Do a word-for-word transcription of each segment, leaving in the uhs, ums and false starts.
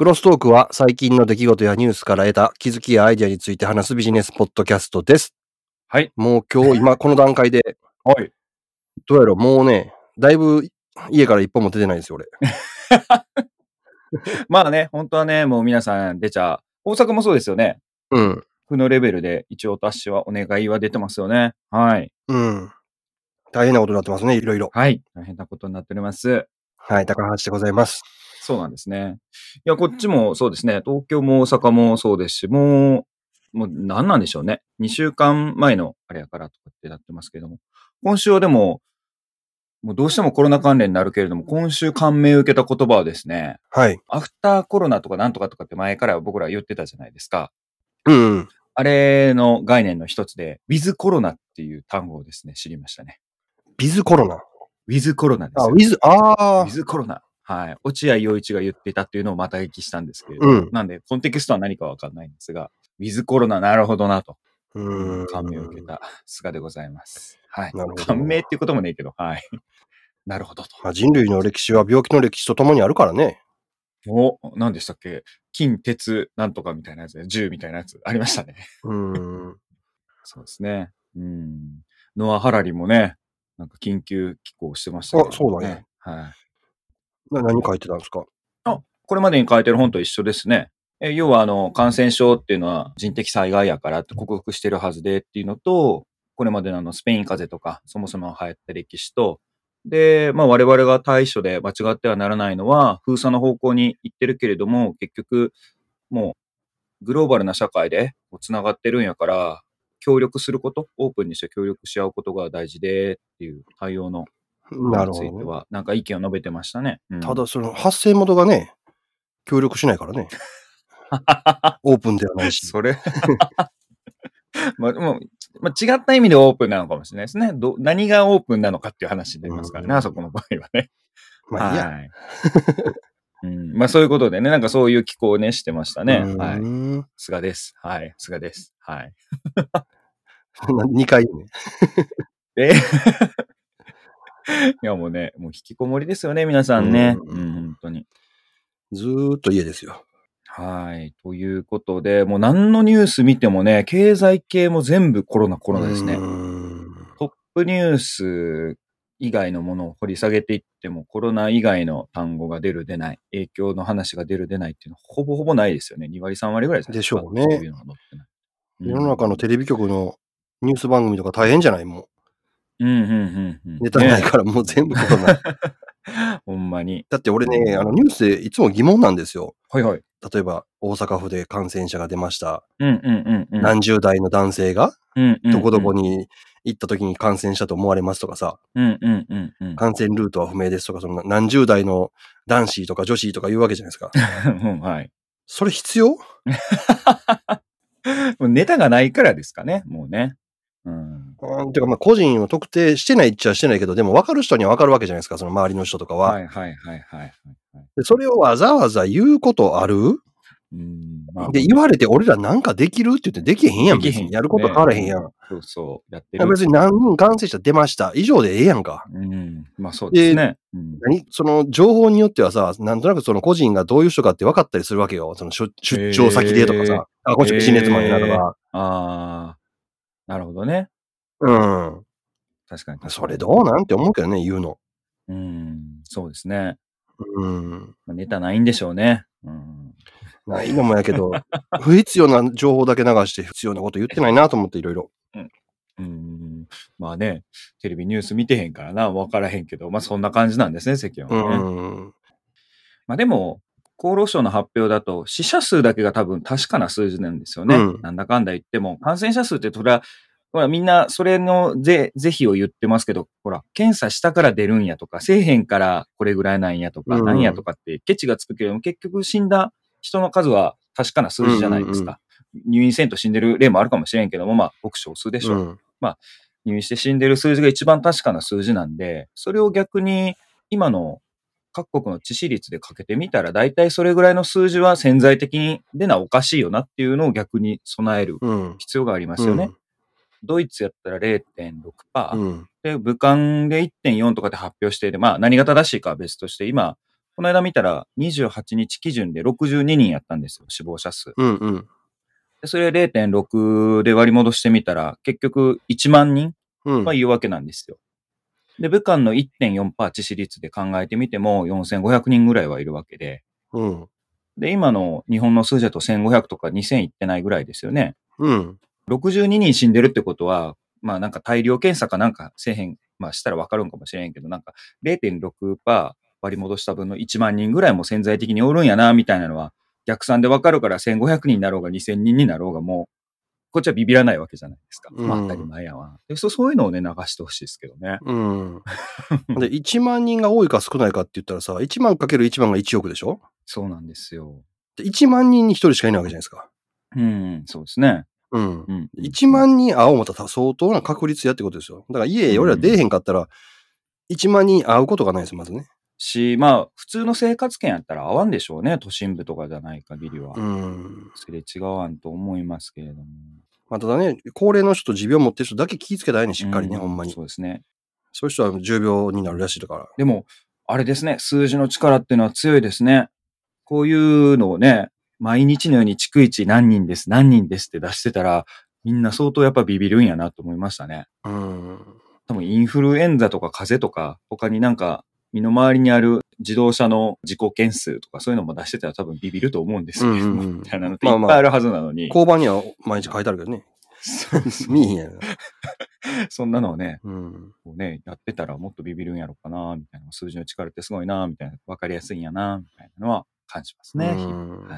クロストークは最近の出来事やニュースから得た気づきやアイデアについて話すビジネスポッドキャストです。 はい。 もう今日、今この段階で、 はい。 どうやろう、もうね、だいぶ家から一歩も出てないですよ、俺。 まあね、本当はね、もう皆さん出ちゃ、大阪もそうですよね。 うん。 負のレベルで一応私はお願いは出てますよね。はい。 うん。大変なことになってますね、いろいろ。 はい。大変なことになっております。 はい、高橋でございます。 そうなんですね。いや、こっちもそうですね。東京も大阪もそうですし、もう、もう何なんでしょうね。にしゅうかんまえのあれやからとかってなってますけども。今週はでも、もうどうしてもコロナ関連になるけれども、今週感銘を受けた言葉はですね、 はい。 アフターコロナとかなんとかとかって前から僕ら言ってたじゃないですか。 うん、うん。 あれの概念の一つで、ウィズコロナっていう単語をですね、知りましたね。 ビズコロナ。 ウィズコロナであ、 すよ。 ウィズ、あウィあ。 ズコロナ。はい。落合陽一が言ってたっていうのをまた聞きしたんですけれど、 うん。 なんで、コンテキストは何かわかんないんですが、ウィズコロナ、なるほどなと、 ううんーん。 感銘を受けた菅でございます。はい。 なるほど。 感銘っていうこともねえけど、はい。なるほどと。 まあ、人類の歴史は病気の歴史とともにあるからね。 お、何でしたっけ金、鉄、なんとかみたいなやつで、銃みたいなやつありましたね。 うーん。 そうですね。うん。ノア・ハラリもね、なんか緊急寄稿してましたけあ、 れどそうだね。 もね。はい。 な何書いてたんですか？ あ、これまでに書いてる本と一緒ですね。え、要はあの、感染症っていうのは人的災害やからって克服してるはずでっていうのと、これまでのあの、スペイン風邪とか、そもそも流行った歴史と、で、まあ我々が対処で間違ってはならないのは、封鎖の方向に行ってるけれども、結局、もう、グローバルな社会で繋がってるんやから、協力すること、オープンにして協力し合うことが大事でっていう対応のことになるほどね。 ついては、なんか意見を述べてましたね。うん、 ただその発生元がね、協力しないからね。オープンではないし。 それまあ、もう、まあ、違った意味でオープンなのかもしれないですね。ど、何がオープンなのかっていう話になりますからね、あそこの場合はね。 まあいいや。 はい。うん。まあそういうことでね、なんかそういう寄稿をね、してましたね。はい。 ん。 菅です。はい。菅です。はい。 にかい言うね。 で、いやもうね、もう引きこもりですよね、皆さんね。うん、本当に。 ずーっと家ですよ。 はい。ということで、もう何のニュース見てもね、経済系も全部コロナコロナですね。トップニュース以外のものを掘り下げていっても、コロナ以外の単語が出る出ない、影響の話が出る出ないっていうのはほぼほぼないですよね。に割さん割ぐらいじゃないでですか。 しょうね。 そういうのが載ってない。 世の中のテレビ局のニュース番組とか大変じゃない？もうん、うん、うん、うん。 う。ネタないからもう全部コロナ。 ほんまに。 だって俺ね、あのニュースでいつも疑問なんですよ。 はいはい。 例えば、大阪府で感染者が出ました。 うん、うん、うん、うん。 何十代の男性が、 うん、うん。 どこどこに行った時に感染したと思われますとかさ、 うん、うん、うん、うん。 感染ルートは不明ですとか、その何十代の男子とか女子とか言うわけじゃないですか。 はい。 それ必要？ もうネタがないからですかね、もうね。うん。 うん、てかまあ個人を特定してないっちゃしてないけど、でも分かる人には分かるわけじゃないですか、その周りの人とかは。 はいはいはいはいはい。 でそれをわざわざ言うことある？ うん。まあ、 で、言われて俺らなんかできるって言ってできへんやん、別に。 できへんよね。 やること変わらへんやん。 そうそう。やってる。 別に何人感染者出ました。以上でええやんか。 うん。まあそうですね。うん、 何その情報によってはさ、なんとなくその個人がどういう人かって分かったりするわけよ。その出出張先でとかさ。あ、この人ビジネスマンやなとか。 ああ、なるほどね。 うん。 確かに確かに。 それどうなんて思うけどね、言うの。 うん、そうですね。 うん。 ネタないんでしょうね。うん、 ないのもやけど、不必要な情報だけ流して必要なこと言ってないなと思っていろいろ。 うん。うん、まあね、テレビニュース見てへんからな、わからへんけど、まあそんな感じなんですね、世間はね。うん、まあでも、厚労省の発表だと、死者数だけが多分確かな数字なんですよね。うん、なんだかんだ言っても、感染者数ってそれは、ほら、みんなそれの是、是非を言ってますけど、ほら、検査したから出るんやとか、せえへんからこれぐらいなんやとか、うん、なんやとかって、ケチがつくけども、結局死んだ人の数は確かな数字じゃないですか。うんうんうん、入院せんと死んでる例もあるかもしれんけども、まあ、ごく少数でしょう。うん、まあ、入院して死んでる数字が一番確かな数字なんで、それを逆に今の各国の致死率でかけてみたら、大体それぐらいの数字は潜在的に出なおかしいよなっていうのを逆に備える必要がありますよね。うんうん、ドイツやったら れいてんろくパーセント、うん、で、武漢で いってんよん とかで発表していて、まあ何が正しいかは別として、今、 この間見たらにじゅうはちにち基準でろくじゅうににんやったんですよ、死亡者数。 うんうん。 でそれ れいてんろく で割り戻してみたら、結局いちまんにんうん。 は言うわけなんですよ。で、武漢の いってんよんパーセント 致死率で考えてみてもよんせんごひゃくにんぐらいはいるわけで。 うん。 で、今の日本の数字だとせんごひゃくとかにせんいってないぐらいですよね。 うん。 ろくじゅうににん死んでるってことは、まあなんか大量検査かなんかせえへん、まあしたらわかるんかもしれんけど、なんか れいてんろくパーセント 割り戻した分のいちまんにんぐらいも潜在的におるんやな、みたいなのは逆算でわかるからせんごひゃくにんになろうがにせんにんになろうがもう、こっちはビビらないわけじゃないですか。 うん、 まあ当たり前やわ。でそ。そういうのをね、流してほしいですけどね。 うん。で、いちまんにんが多いか少ないかって言ったらさ、いちまんかけるいちまんがいちおくでしょ？ そうなんですよ。 で、いちまんにんにひとりしかいないわけじゃないですか。 うん、そうですね。 うん。 うん、 いちまんにん会おう思ったら相当な確率やってことですよ。だから家、俺ら出えへんかったら、いちまんにん会うことがないです、まずね。 し、まあ、普通の生活圏やったら合わんでしょうね。都心部とかじゃない限りは。 うん。 すれ違わんと思いますけれども。 まあ、ただね、高齢の人と持病持ってる人だけ気ぃつけたいね、しっかりね、 うんほんまに。 そうですね。 そういう人は重病になるらしいだから。 でも、あれですね、数字の力っていうのは強いですね。こういうのをね、毎日のように逐一何人です、何人ですって出してたら、みんな相当やっぱビビるんやなと思いましたね。 うん。 多分インフルエンザとか風邪とか、他になんか身の回りにある自動車の事故件数とかそういうのも出してたら多分ビビると思うんですけれども、みたいなのっていっぱいあるはずなのに。 交番には毎日書いてあるけどね。見えへんやな。 そんなのをね、 うん、 こうね、やってたらもっとビビるんやろうかな、みたいな。数字の力ってすごいな、みたいな。わかりやすいんやな、みたいなのは感じますね。はい。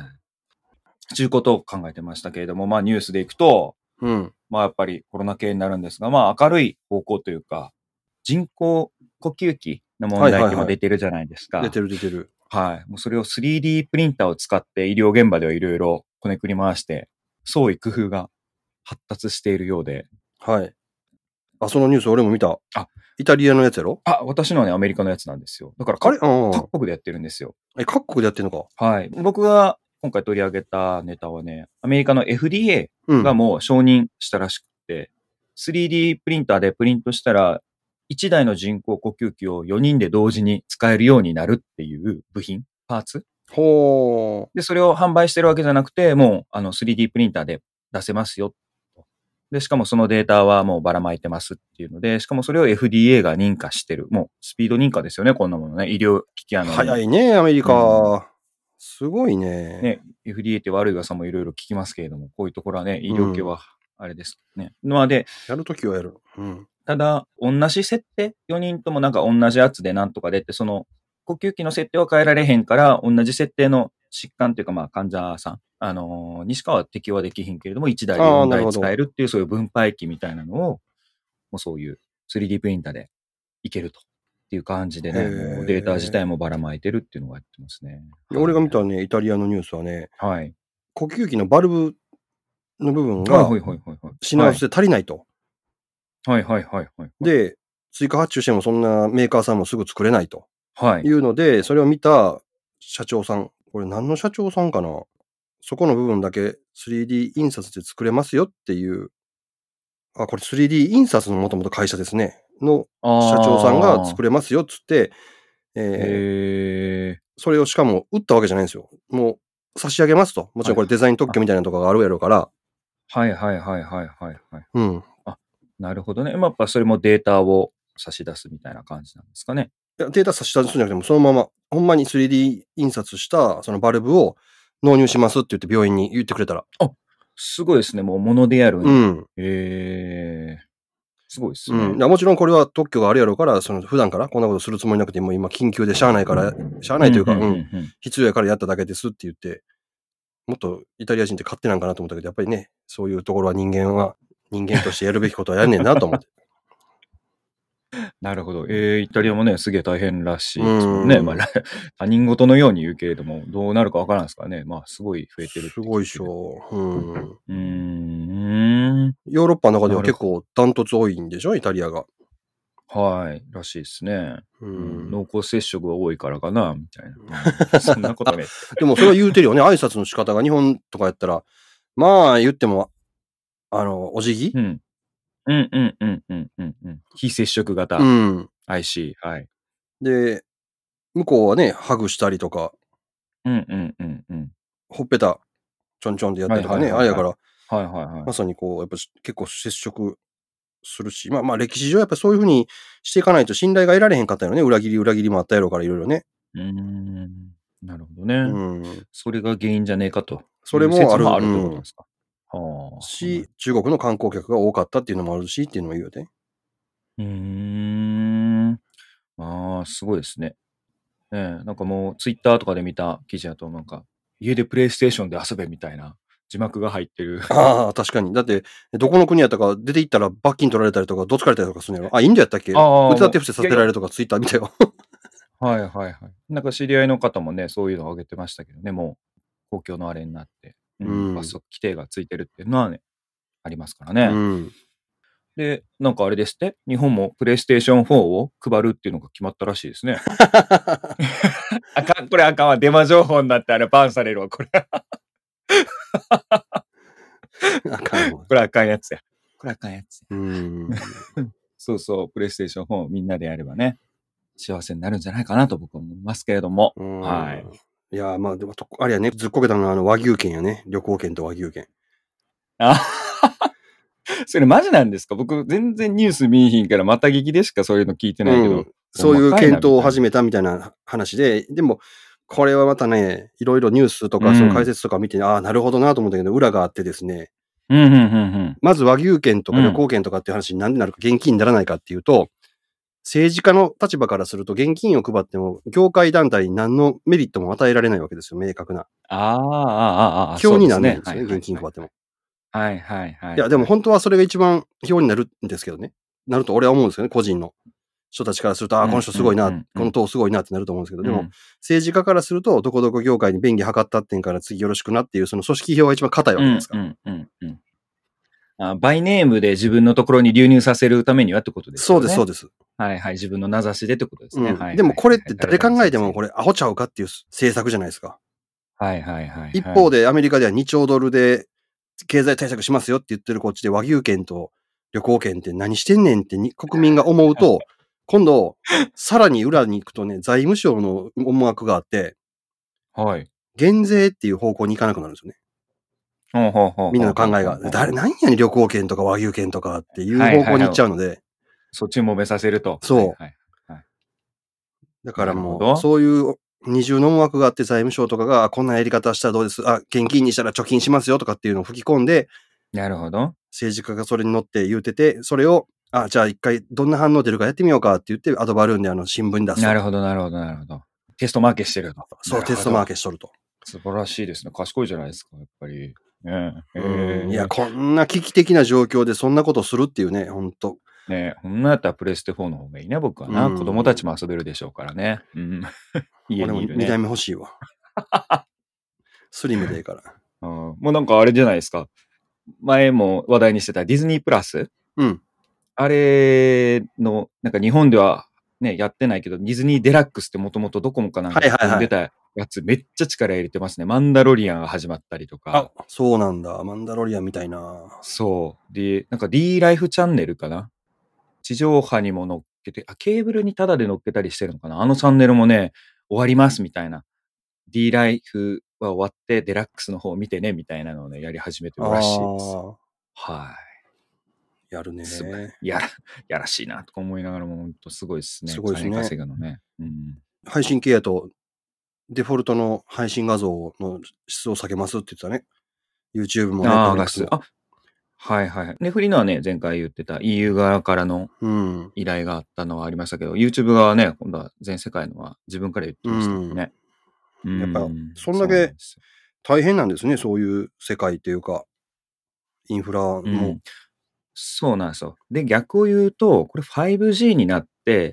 ということを考えてましたけれども、まあニュースでいくと、 うん、 まあやっぱりコロナ系になるんですが、まあ明るい方向というか、人工呼吸器の問題っても出てるじゃないですか。 はいはいはい、出てる出てる。 はい。もうそれを スリーディー プリンターを使って医療現場ではいろいろこねくり回して、創意工夫が発達しているようで。 はい。あ、そのニュース俺も見た。 あ、 イタリアのやつやろ？ あ、私のはね、アメリカのやつなんですよ。だから、あれ各国でやってるんですよ。 え、各国でやってるのか？ はい。僕が今回取り上げたネタはね、アメリカの エフディーエー がもう承認したらしくて、うん、スリーディー プリンターでプリントしたら、いちだいの人工呼吸器をよにんで同時に使えるようになるっていう部品、パーツ。 ほー。 で、それを販売してるわけじゃなくて、もうあの スリーディー プリンターで出せますよ。で、しかもそのデータはもうばらまいてますっていうので、しかもそれを エフディーエー が認可してる。もうスピード認可ですよね、こんなものね。医療機器やのに。 早いね、アメリカ。うん、すごいね。 ね、エフディーエー って悪い噂もいろいろ聞きますけれども、こういうところはね、医療系はあれですね。の、うん、で、 やるときはやる。うん。 ただ、同じ設定、よにんともなんか同じやつでなんとかでって、その呼吸器の設定は変えられへんから、同じ設定の疾患というか、まあ患者さん、あのー、西川は適用はできひんけれども、いちだいでよんだい使えるっていう、そういう分配器みたいなのを、もうそういう スリーディー プリンターでいけるとっていう感じでね、もうデータ自体もばらまいてるっていうのがやってますね。 俺が見たね、イタリアのニュースはね、 はい。 呼吸器のバルブの部分が品薄で足りないと。 はいはいはいはい。 で、追加発注してもそんなメーカーさんもすぐ作れないと。 はい。 いうので、それを見た社長さん、これ何の社長さんかな？そこの部分だけ スリーディー 印刷で作れますよっていう、あ、これ スリーディー 印刷のもともと会社ですね。の社長さんが作れますよっつって、 えー、 それをしかも売ったわけじゃないんですよ。もう差し上げますと。もちろんこれデザイン特許みたいなとこがあるやろうから。 はいはいはいはいはいはい。 うん。 あ、なるほどね。まあ、やっぱそれもデータを差し出すみたいな感じなんですかね。 いや、データ差し出すんじゃなくても、そのまま、ほんまに スリーディー 印刷したそのバルブを納入しますって言って病院に言ってくれたら。 あ、すごいですね。もう物でやるんや。 うん。 えー。すごいですね。 うん。もちろんこれは特許があるやろうから、その普段からこんなことするつもりなくても今緊急でしゃあないから、しゃあないというか、うん。必要やからやっただけですって言って、もっとイタリア人って勝手なんかなと思ったけど、やっぱりね、そういうところは人間は、人間としてやるべきことはやんねんなと思って。 なるほど。えー、イタリアもね、すげえ大変らしいですもんね。まあ、他人事のように言うけれども、どうなるかわからんですからね。まあ、すごい増えてるってすごいでしょう。うん。 うーん。 ヨーロッパの中では結構ダントツ多いんでしょ、イタリアが。 はい。らしいですね。 うん、 濃厚接触が多いからかな、みたいな。そんなことね。 でもそれは言うてるよね。挨拶の仕方が日本とかやったら、まあ言っても、あの、お辞儀、 うん。うんうんうんうんうんうん。非接触型。 うん。 アイシー。はい。 で、 向こうはね、ハグしたりとか、 うんうんうんうん。 ほっぺた、ちょんちょんでやったりとかね、 はいはいはいはいあれやから、 はいはいはい。 まさにこう、やっぱし結構接触するし、まあまあ歴史上やっぱそういう風にしていかないと信頼が得られへんかったよね。裏切り裏切りもあったやろうからいろいろね。 うーん。なるほどうね。 ん。 それが原因じゃねえかとそいうれもある、 説もあるといううん。 ことですか。はあ。 し、中国の観光客が多かったっていうのもあるしっていうのも言うよね。 うーん。ああ、すごいですね。ねえ、なんかもうツイッターとかで見た記事だとなんか、家でプレイステーションで遊べみたいな字幕が入ってる。 ああ、確かに。だって、どこの国やったか出て行ったら罰金取られたりとか、どつかれたりとかするんやろ。あ、インドやったっけああ、 腕立てもう、 伏せさせられるとかツイッター見たよ。 はいはいはい。なんか知り合いの方もね、そういうのを上げてましたけどね、もう公共のあれになって、う、 うんん。 罰則規定がついてるっていうのはね、ありますからうね。 ん。 で、なんかあれですって、日本もプレイステーションフォーを配るっていうのが決まったらしいですね。あかん、これあかんわ。デマ情報になってあれバンされるわ、これ。 あかんわ。 これあかんやつや。これあかんやつや。 うん。 そうそう、プレイステーションフォーみんなでやればね、幸せになるんじゃないかなと僕は思いますけれども。 うんはい。 いや、まあでもと、あれやね、ずっこけたのはあの和牛券やね。旅行券と和牛券。 あそれマジなんですか？僕全然ニュース見えひんからまた聞きでしかそういうの聞いてないけど。 うん、そういう検討を始めめたみたいな話で、でも、これはまたね、いろいろニュースとかその解説とか見て、ああ、なるほどなと思ったけど、裏があってですね、 うんうんうんうん。 まず和牛券とかうん旅行券とかっていう話に何でなるか、現金にならないかっていうと、政治家の立場からすると現金を配っても、業界団体に何のメリットも与えられないわけですよ、明確な。 ああ、ああ、ああ、 票にならないんそうですよね、現金配っても。 はいはいはい。 いや、でも本当はそれが一番票になるんですけどね。なると俺は思うんですよね、個人の人たちからすると、ああ、この人すごいな、この党すごいなってなると思うんですけど、でも、政治家からすると、どこどこ業界に便宜図ったってんから次よろしくなっていう、その組織票が一番硬いわけじゃないですか。 うんうんうんあ。バイネームで自分のところに流入させるためにはってことですよね。 そうです、そうです。 はいはい。自分の名指しでってことですね。 うんはいはい、 でもこれって誰考えてもこれアホちゃうかっていう政策じゃないですか。 はいはいはい、はい。 一方でアメリカではにちょうドルで経済対策しますよって言ってるこっちで和牛券と旅行券って何してんねんって国民が思うと、今度、さらに裏に行くとね、財務省の思惑があって、 はい。 減税っていう方向に行かなくなるんですよね。 ほうほうほうみんなの考えが。誰、何やねん旅行券とか和牛券とかっていう方向に行っちゃうので。はいはいはい、 そっちもめさせると。 そう。 はいはいはい、 だからもう、そういう二重の思惑があって財務省とかが、こんなやり方したらどうですあ、現金にしたら貯金しますよとかっていうのを吹き込んで、 なるほど。 政治家がそれに乗って言うてて、それを、あ、じゃあ一回どんな反応出るかやってみようかって言って、アドバルーンであの新聞に出すと。 なるほど、なるほど、なるほど。テストマーケしてると。 そう、テストマーケしとると。 素晴らしいですね。賢いじゃないですか、やっぱり。ねえうん、いや、こんな危機的な状況でそんなことするっていうね、ほんと。 ねえ、ほんなやったらプレステフォーの方がいいね、僕はな。子供たちも遊べるでしょうからね。うん。家にいるね。 俺もにだいめ欲しいわ。スリムでいいから。 うん。もうなんかあれじゃないですか。前も話題にしてたディズニープラス。 うん。 あれの、なんか日本ではね、やってないけど、ディズニーデラックスってもともとドコモかなんかで組んでたやつ、めっちゃ力入れてますね。マンダロリアンが始まったりとか。 あ、そうなんだ。マンダロリアンみたいな。 そう。で、なんか D ライフチャンネルかな。地上波にも乗っけて、あ、ケーブルにタダで乗っけたりしてるのかな。あのチャンネルもね、終わりますみたいな。D ライフは終わってデラックスの方を見てねみたいなのをね、やり始めてるらしいです。はい。 やるね。 やら、やらしいなとか思いながらも、本当すごいですね。 すごいですね。 金稼ぐのね。うん、 配信系やと、デフォルトの配信画像の質を下げますって言ってたね。YouTube もね。 ああ、あ、はいはい。で、フリーのはね、前回言ってた イーユー 側からの依頼があったのはありましたけど、うん、YouTube 側はね、今度は全世界のは自分から言ってましたもんね。 うん、やっぱ、そんだけ大変なんですね、そういう世界っていうか、インフラも。うん、 そうなんですよ。で、逆を言うと、これ ファイブジー になって、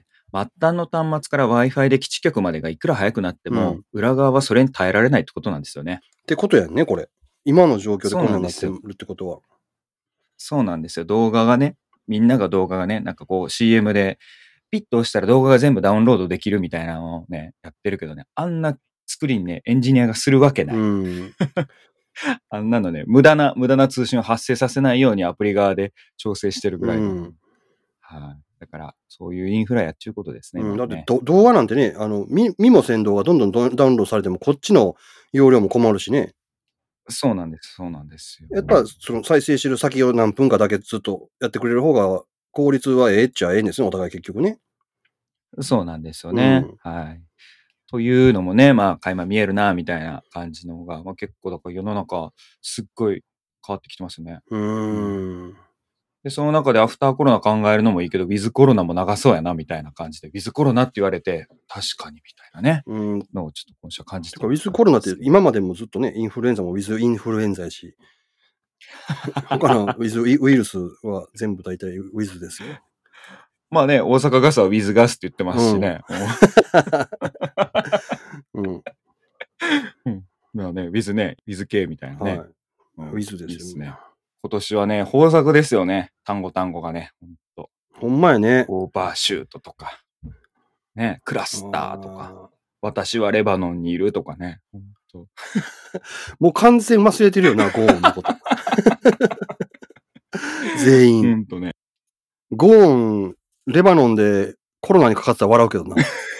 末端の端末から Wi-Fi で基地局までがいくら速くなっても、うん、裏側はそれに耐えられないってことなんですよね。 ってことやんね、これ。今の状況でこんなになってるってことは。 そうなんですよ。動画がね、みんなが動画がね、なんかこう シーエム でピッと押したら動画が全部ダウンロードできるみたいなのをね、やってるけどね、あんな作りにね、エンジニアがするわけない。うんあんなのね、無駄な、無駄な通信を発生させないようにアプリ側で調整してるぐらいの。うん、はい、 だから、そういうインフラやっちゅうことですね。 うん、だってねど動画なんてね、あの、見見もせん動画どんどんどんダウンロードされても、こっちの容量も困るしね。 そうなんです、そうなんですよ。 やっぱ、その再生してる先を何分かだけずっとやってくれる方が、効率はええっちゃええんですね、お互い結局ね。 そうなんですようね。 ん。 はい。というのもね、まあ、垣間見えるな、みたいな感じのが、まあ結構、だから世の中、すっごい変わってきてますね。 うーん。 で、その中でアフターコロナ考えるのもいいけど、ウィズコロナも長そうやな、みたいな感じで、ウィズコロナって言われて、確かに、みたいなね、 うん。 のをちょっと今週は感じててか、ウィズコロナって今までもずっとね、インフルエンザもウィズインフルエンザやし、他のウィズウイルスは全部大体ウィズですよ。 まあね、大阪ガスはウィズガスって言ってますしね。 うん。 うん。まあね、ウィズね、ウィズ系みたいなね。 はい。ウィズですよね。 今年はね、豊作ですよね。単語単語がね。ほんと。 ほんまやね。 オーバーシュートとか。ね、クラスターとか。私はレバノンにいるとかね。ほんともう完全忘れてるよな、ゴーンのこと。全員。 ほんとね。 ゴーン、レバノンでコロナにかかってたら笑うけどな。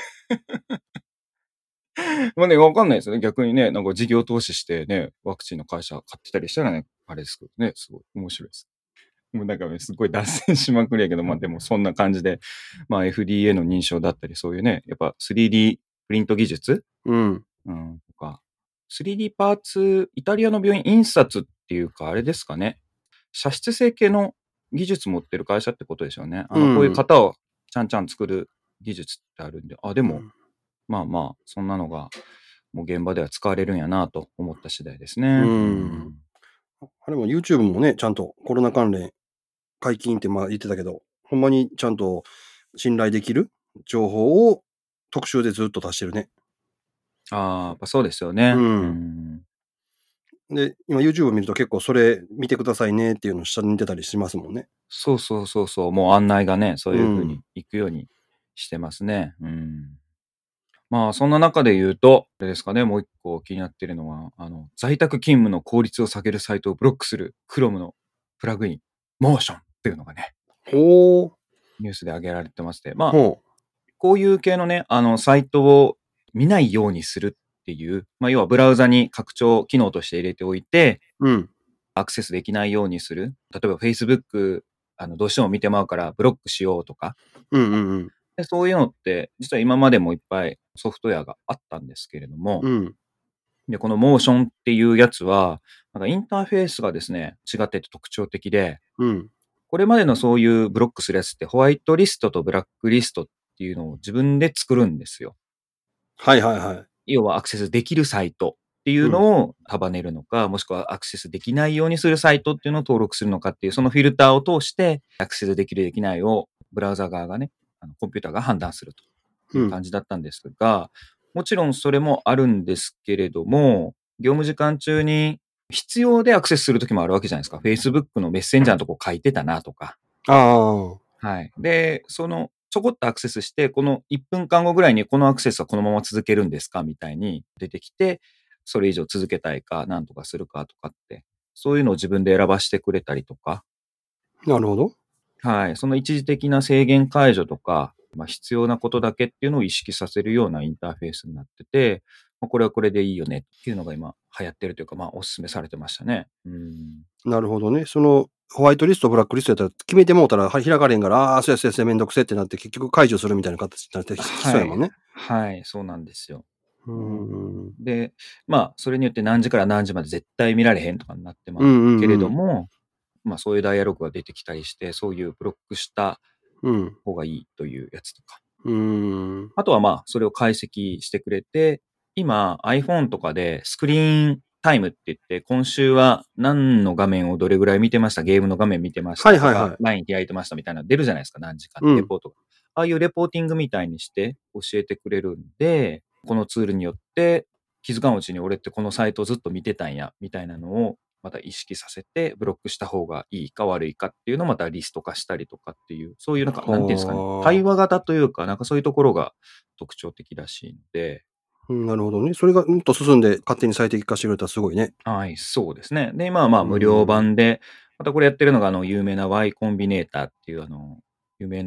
まあね、わかんないですよね。逆にね、なんか事業投資してね、ワクチンの会社買ってたりしたらね、あれですけどね、すごい面白いです。もうなんかね、すごい脱線しまくりやけど、まあでもそんな感じで、まあ エフディーエー の認証だったり、そういうね、やっぱ スリーディー プリント技術うん。 うん、とか、スリーディー パーツ、イタリアの病院印刷っていうか、あれですかね。射出成系の技術持ってる会社ってことでしょうね。あの、 うん、 こういう型をちゃんちゃん作る技術ってあるんで、あ、でも、 うん、 まあまあ、そんなのが、もう現場では使われるんやなと思った次第ですね。 うん。 うんあれも YouTube もね、ちゃんとコロナ関連解禁ってまあ言ってたけど、ほんまにちゃんと信頼できる情報を特集でずっと出してるね。 ああ、やっぱそうですよね。 うん。 うんで、今 YouTube 見ると結構それ見てくださいねっていうのを下に見てたりしますもんね。 そうそうそうそう。もう案内がね、そういう風に行くようにしてますね。うん。まあ、そんな中で言うと、あれですかね、もう一個気になってるのは、あの、在宅勤務の効率を下げるサイトをブロックする Chrome のプラグイン、Motion っていうのがね、 ほー。 ニュースで挙げられてまして、まあ、 ほこういう系のね、あの、サイトを見ないようにするっていう、まあ、要はブラウザに拡張機能として入れておいて、 う。うん。 アクセスできないようにする。例えば Facebook、あの、どうしても見てまうからブロックしようとか。 うんうんうん。 でそういうのって、実は今までもいっぱいソフトウェアがあったんですけれども、 うん。 で、このモーションっていうやつは、なんかインターフェースがですね、違ってて特徴的で、 うん。 これまでのそういうブロックするやつってホワイトリストとブラックリストっていうのを自分で作るんですよ。 はいはいはい。 要はアクセスできるサイトっていうのを束ねるのか、もしくはアクセスできないようにするサイトっていうのを登録するのかっていう、そのフィルターを通してアクセスできるできないをブラウザ側がね、あのコンピューターが判断するという感じだったんですが、もちろんそれもあるんですけれども、業務時間中に必要でアクセスするときもあるわけじゃないですか。Facebook のメッセンジャーのとこ書いてたなとか。 ああ。 はい。で、その、ちょこっとアクセスして、このいっぷんかんごぐらいにこのアクセスはこのまま続けるんですかみたいに出てきて、それ以上続けたいか、なんとかするかとかって、そういうのを自分で選ばしてくれたりとか。 なるほど。 はい。その一時的な制限解除とか、まあ、必要なことだけっていうのを意識させるようなインターフェースになってて、まあ、これはこれでいいよねっていうのが今流行ってるというか、まあ、お勧めされてましたね。うん。 なるほどね。その、ホワイトリスト、ブラックリストやったら決めてもうたらは開かれんから、ああ、そうやそうやそうやめんどくせってなって結局解除するみたいな形になってきそうやもんね。 はい。はい、そうなんですよ。 うん。 で、まあ、それによって何時から何時まで絶対見られへんとかになってまうんうんうん。 すけれども、まあ、そういうダイアログが出てきたりして、そういうブロックしたうん。 方がいいというやつとか。 うーん。 あとはまあ、それを解析してくれて、今 iPhone とかでスクリーンタイムって言って、今週は何の画面をどれぐらい見てました、ゲームの画面見てましたとか、 はいはいはい。 ライン開いてましたみたいなの出るじゃないですか、何時間うんレポートが。ああいうレポーティングみたいにして教えてくれるんで、このツールによって気づかんうちに俺ってこのサイトをずっと見てたんや、みたいなのをまた意識させてブロックした方がいいか悪いかっていうのをまたリスト化したりとかっていう、そういうなんか、なんていうんですかね、対話型というか、なんかそういうところが特徴的らしいので。 うん、なるほどね。それがうんと進んで勝手に最適化してくれたらすごいね。 はい、そうですね。で、今はまあ無料版で、またこれやってるのがあの有名な Y コンビネーターっていうあの、有名な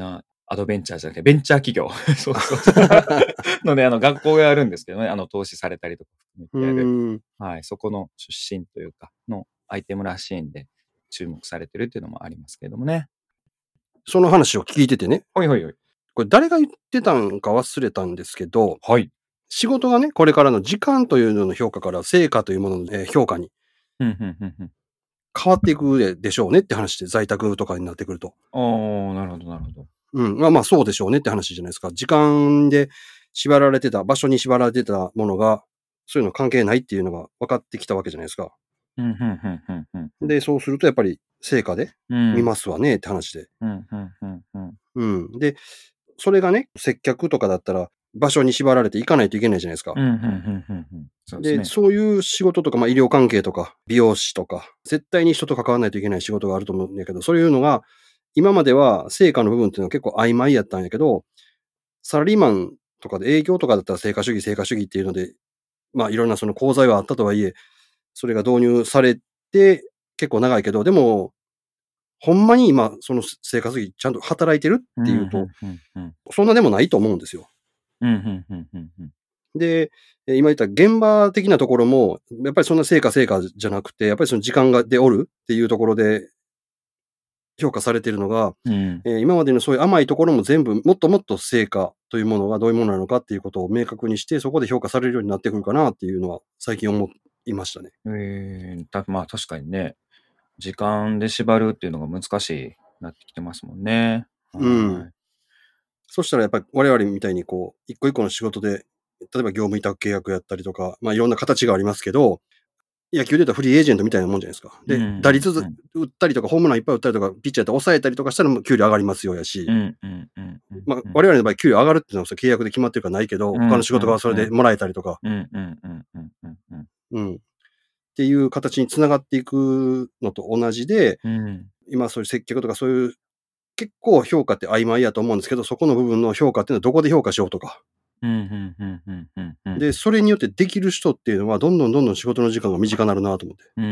アドベンチャーじゃなくて、ベンチャー企業。そうそうそう。ので、あの、学校があるんですけどね、あの、投資されたりとか含めてやる。はい、そこの出身というか、のアイテムらしいんで、注目されてるっていうのもありますけどもね。 その話を聞いててね。 はいはいはい。 これ誰が言ってたんか忘れたんですけど、 はい。 仕事がね、これからの時間というのの評価から成果というものの評価にうんうんうんうん。 変わっていくでしょうねって話で、在宅とかになってくると。 ああ、なるほどなるほど。 うん。まあまあそうでしょうねって話じゃないですか。時間で縛られてた、場所に縛られてたものが、そういうの関係ないっていうのが分かってきたわけじゃないですか。 うんうんうんうんうんうん。 で、そうするとやっぱり成果でうん。 見ますわねって話で。 うんうんうんうん。 うん。で、それがね、接客とかだったら場所に縛られて行かないといけないじゃないですか。 うんうんうんうんうん。そうですで、 ね。 そういう仕事とか、まあ、医療関係とか、美容師とか、絶対に人と関わらないといけない仕事があると思うんだけど、そういうのが、今までは成果の部分っていうのは結構曖昧やったんやけど、サラリーマンとかで営業とかだったら成果主義、成果主義っていうので、まあいろんなその講座はあったとはいえ、それが導入されて結構長いけど、でも、ほんまに今、その成果主義ちゃんと働いてるっていうと、そんなでもないと思うんですよ。 うんうんうんうんうん。 で、今言った現場的なところも、やっぱりそんな成果成果じゃなくて、やっぱりその時間がでおるっていうところで評価されているのが、 うん。 えー今までのそういう甘いところも全部もっともっと成果というものがどういうものなのかっていうことを明確にして、そこで評価されるようになってくるかなっていうのは最近思いましたね。 ええ、たまあ確かにね、時間で縛るっていうのが難しいなってきてますもんね。 うん。 はい。 そしたらやっぱり我々みたいにこう、一個一個の仕事で、例えば業務委託契約やったりとか、まあいろんな形がありますけど、野球で言うとフリーエージェントみたいなもんじゃないですか。で、 うん打率うん。 打ったりとか、ホームランいっぱい打ったりとか、ピッチャーやったら抑えたりとかしたらもう給料上がりますよやし、 うんうんうんうんまあうん。 我々の場合給料上がるっていうのはそれ契約で決まってるからないけど、他の仕事がそれでもらえたりとか、 うんうんうんうんうんうん。 うん。っていう形に繋がっていくのと同じで、 うん。 今そういう接客とかそういう結構評価って曖昧やと思うんですけど、そこの部分の評価っていうのはどこで評価しようとか。 うんうんうんうんうんうん。 で、それによってできる人っていうのはどんどんどんどん仕事の時間が短くなるなと思って。 うん、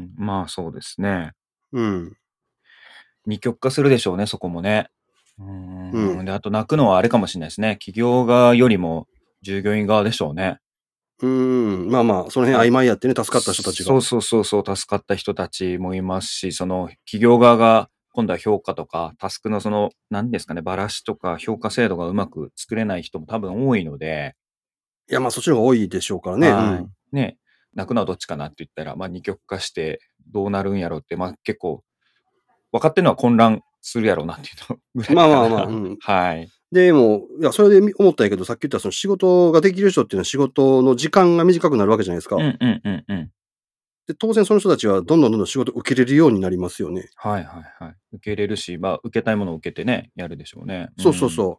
まあそうですね。 うん。 二極化するでしょうね、そこもね。ううん。 ん。で、あと泣くのはあれかもしれないですね。企業側よりも従業員側でしょうね。 うーん。まあまあ、その辺曖昧やってね、助かった人たちが。 そうそうそうそう、助かった人たちもいますし、その企業側が今度は評価とか、タスクのその、何ですかね、ばらしとか評価制度がうまく作れない人も多分多いので、 いや、まあそっちの方が多いでしょうからね。うはん。 い。ね、泣くのはどっちかなって言ったら、まあ二極化してどうなるんやろうって、まあ結構、分かってるのは混乱するやろうなっていうのぐらいかな。 まあまあまあ、うん。 はい。 でも、いや、それで思ったんやけど、さっき言ったその仕事ができる人っていうのは仕事の時間が短くなるわけじゃないですか。 うんうんうんうん。 で、当然その人たちはどんどんどんどん仕事を受けれるようになりますよね。 はいはいはい。受け入れるし、まあ受けたいものを受けてね、やるでしょうね。 そうそうそう。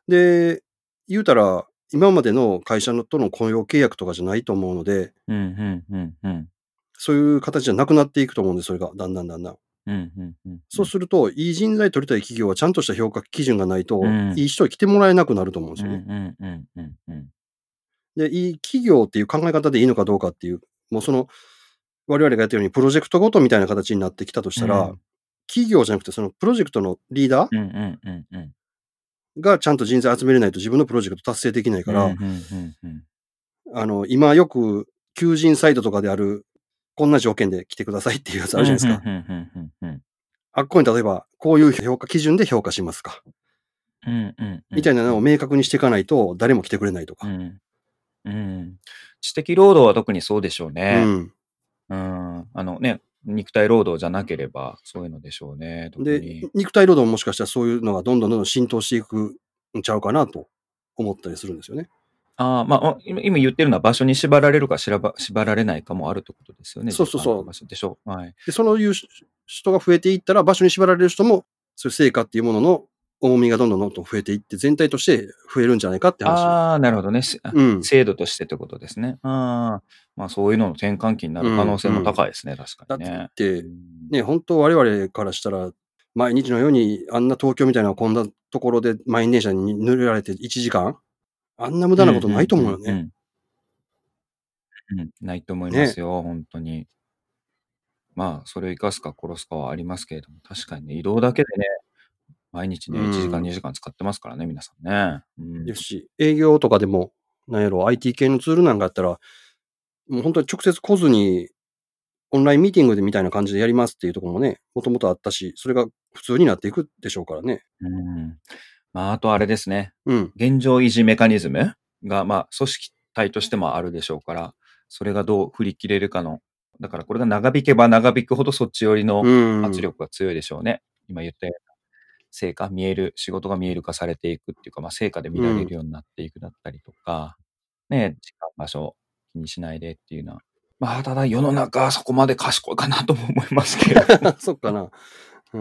で、言うたら、今までの会社のとの雇用契約とかじゃないと思うので、 うんうんうんうん。 そういう形じゃなくなっていくと思うんです、それが、だんだんだんだん。 うんうんうん。 そうすると、いい人材取りたい企業はちゃんとした評価基準がないと、 うんいい人に来てもらえなくなると思うんでうんすよね。 うんうんうんうん。 で、いい企業っていう考え方でいいのかどうかっていう、もうその、我々がやってるようにプロジェクトごとみたいな形になってきたとしたら、 うん企業じゃなくてそのプロジェクトのリーダーうんうんうんうん。 がちゃんと人材集めれないと自分のプロジェクト達成できないから、 うんうんうんうん。 あの、今よく求人サイトとかである、こんな条件で来てくださいっていうやつあるじゃないですか。 うんうんうんうんうん。 あっこに例えば、こういう評価基準で評価しますか。 うんうんうん。 みたいなのを明確にしていかないと誰も来てくれないとか。 うんうん。知的労働は特にそうでしょううね。 ん。 うん。あのね、肉体労働じゃなければそういうのでしょうね、特で、 に。 肉体労働ももしかしたらそういうのがどんどんどんどん浸透していくんちゃうかなと思ったりするんですよね。 ああ、まあ、今今言ってるのは場所に縛られるかしらば縛られないかもあるってことですよね。 そうそうそう時間と場所でしょう。はい。 で、そのいう人が増えていったら、場所に縛られる人も、そういう成果っていうものの重みがどんどんどんどん増えていって、全体として増えるんじゃないかって話。 ああ、なるほどね。しあうん。 制度としてってことですね。ああ、まあそういうのの転換期になる可能性も高いですね、確かだっにね。 てう、んね、本当我々からしたら、毎日のようにあんな東京みたいなこんなところで満員電車に濡れられていちじかんあんな無駄なことないと思うよね。 うんうんうんうん、ないと思いまね。 すよ、本当に。まあ、それを生かすか殺すかはありますけれども、確かにね、移動だけでね、 毎日ね、いちじかん、にじかん使ってますからね、皆さんね。うん。 よし、営業とかでも、なんやろ、アイティー 系のツールなんかやったら、もう本当に直接来ずに、オンラインミーティングでみたいな感じでやりますっていうところもね、もともとあったし、それが普通になっていくでしょうからね。 うん。まあ、あとあれですね。 うん。 現状維持メカニズムが、まあ、組織体としてもあるでしょうから、それがどう振り切れるかの。だからこれが長引けば長引くほどそっち寄りの圧力が強いでしょうね。うん、今言ったような成果、見える、仕事が見える化されていくっていうか、まあ、成果で見られるようになっていくだったりとか、うん、ね、時間、場所気にしないでっていうのは。まあ、ただ世の中はそこまで賢いかなとも思いますけど。 そっかな。うん、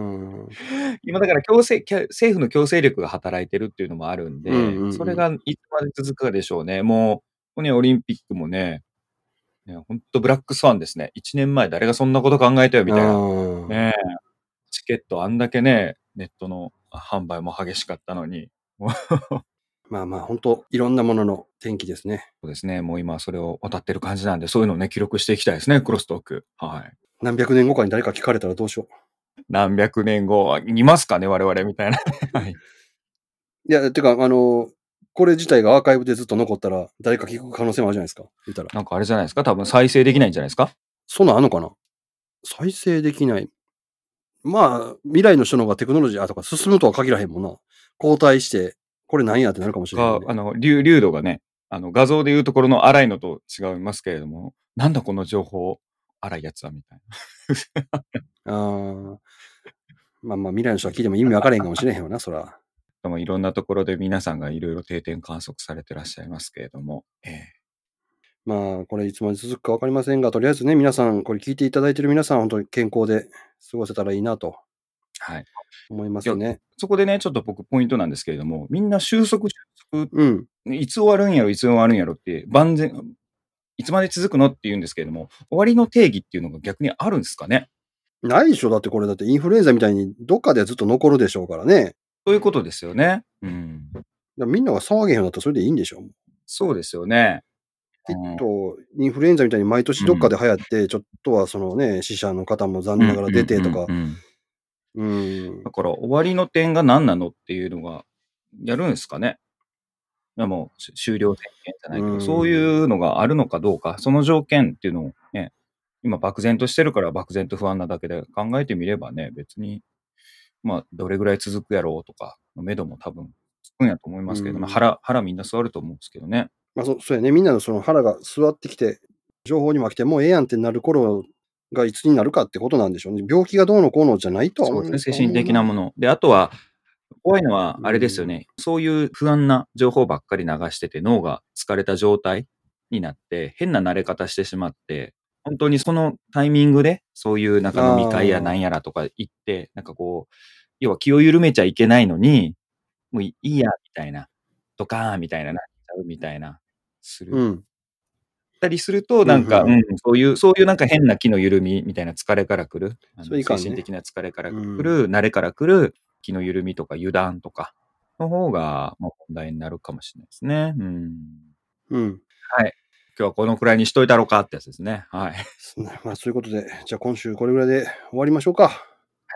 今だから強制、政府の強制力が働いてるっていうのもあるんで、うんうんうん、それがいつまで続くかでしょうね。もう、ね、オリンピックもね、ね、本当ブラックスワンですね。いちねんまえ誰がそんなこと考えたよみたいな。ね、チケットあんだけね、ネットの販売も激しかったのに。 まあまあ、本当いろんなものの転機ですね。 そうですね。もう今それを渡ってる感じなんで、そういうのをね、記録していきたいですね、クロストーク。はい。 何百年後かに誰か聞かれたらどうしよう。 何百年後、いますかね、我々みたいな。はい。 いや、てか、あの、これ自体がアーカイブでずっと残ったら、誰か聞く可能性もあるじゃないですか。言ったら。 なんかあれじゃないですか、多分再生できないんじゃないですか。 そんなんあんのかな。再生できない。まあ、未来の人の方がテクノロジーとか進むとは限らへんもんな。交代して、これ何やってなるかもしれない、ね。 あの、流、流度がね、あの、画像でいうところの荒いのと違いますけれども、なんだこの情報、荒いやつは、みたいな。 ああ。まあまあ、未来の人は聞いても意味分からへんかもしれへんよな、そら。 でもいろんなところで皆さんがいろいろ定点観測されてらっしゃいますけれども、ええ、 まあ、これいつまで続くか分かりませんが、とりあえずね、皆さん、これ聞いていただいている皆さん、本当に健康で過ごせたらいいなと。 はい。 思いますね。 そこでね、ちょっと僕ポイントなんですけれども、みんな収束、収束、 うん。 いつ終わるんやろ、いつ終わるんやろって、万全、いつまで続くのって言うんですけれども、終わりの定義っていうのが逆にあるんですかね。 ないでしょ。だってこれだってインフルエンザみたいにどっかでずっと残るでしょうからね。 そういうことですよね。うん。 みんなが騒げへんようになったらそれでいいんでしょ。 そうですよね。 きっと、インフルエンザみたいに毎年どっかで流行って、うん、ちょっとはそのね、死者の方も残念ながら出てとか。 うん。だから終わりの点が何なのっていうのが、やるんですかね。いやもう終了宣言じゃないけど、そういうのがあるのかどうか、その条件っていうのをね、今漠然としてるから漠然と不安なだけで考えてみればね、別に、まあ、どれぐらい続くやろうとか、目処も多分つくんやと思いますけど、まあ、腹、腹みんな座ると思うんですけどね。 まあそ、そうやね。みんなのその腹が座ってきて、情報にも飽きて、もうええやんってなる頃がいつになるかってことなんでしょうね。病気がどうのこうのじゃないとは思うんですね。精神的なもの。で、あとは、怖いのは、あれですよね、うん。そういう不安な情報ばっかり流してて、脳が疲れた状態になって、変な慣れ方してしまって、本当にそのタイミングで、そういうなんか飲み会やなんやらとか行って、なんかこう、要は気を緩めちゃいけないのに、もういいや、みたいな、ドカーンみたいな、なっちゃうみたいな、する。うん。たりすると、なんか、うん、うん、そういう、そういうなんか変な気の緩みみたいな疲れから来る、あの、ね、精神的な疲れから来る、うん、慣れから来る気の緩みとか油断とかの方が、まあ、問題になるかもしれないですね。うん。うん。はい。今日はこのくらいにしといたろうかってやつですね。はい。 まあ、そういうことで、じゃあ今週これぐらいで終わりましょうか。はい。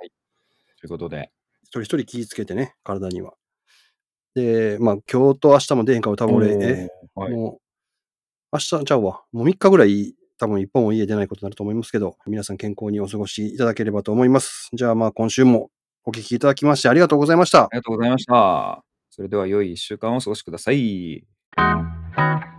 ということで。 一人一人気をつけてね、体には。で、まあ、今日と明日も出へんから多分俺、え、はい、もう、明日ちゃうわ。もうみっかぐらい多分一本も家出ないことになると思いますけど、皆さん健康にお過ごしいただければと思います。じゃあまあ今週もお聞きいただきましてありがとうございました。 ありがとうございました。それでは良い一週間をお過ごしください。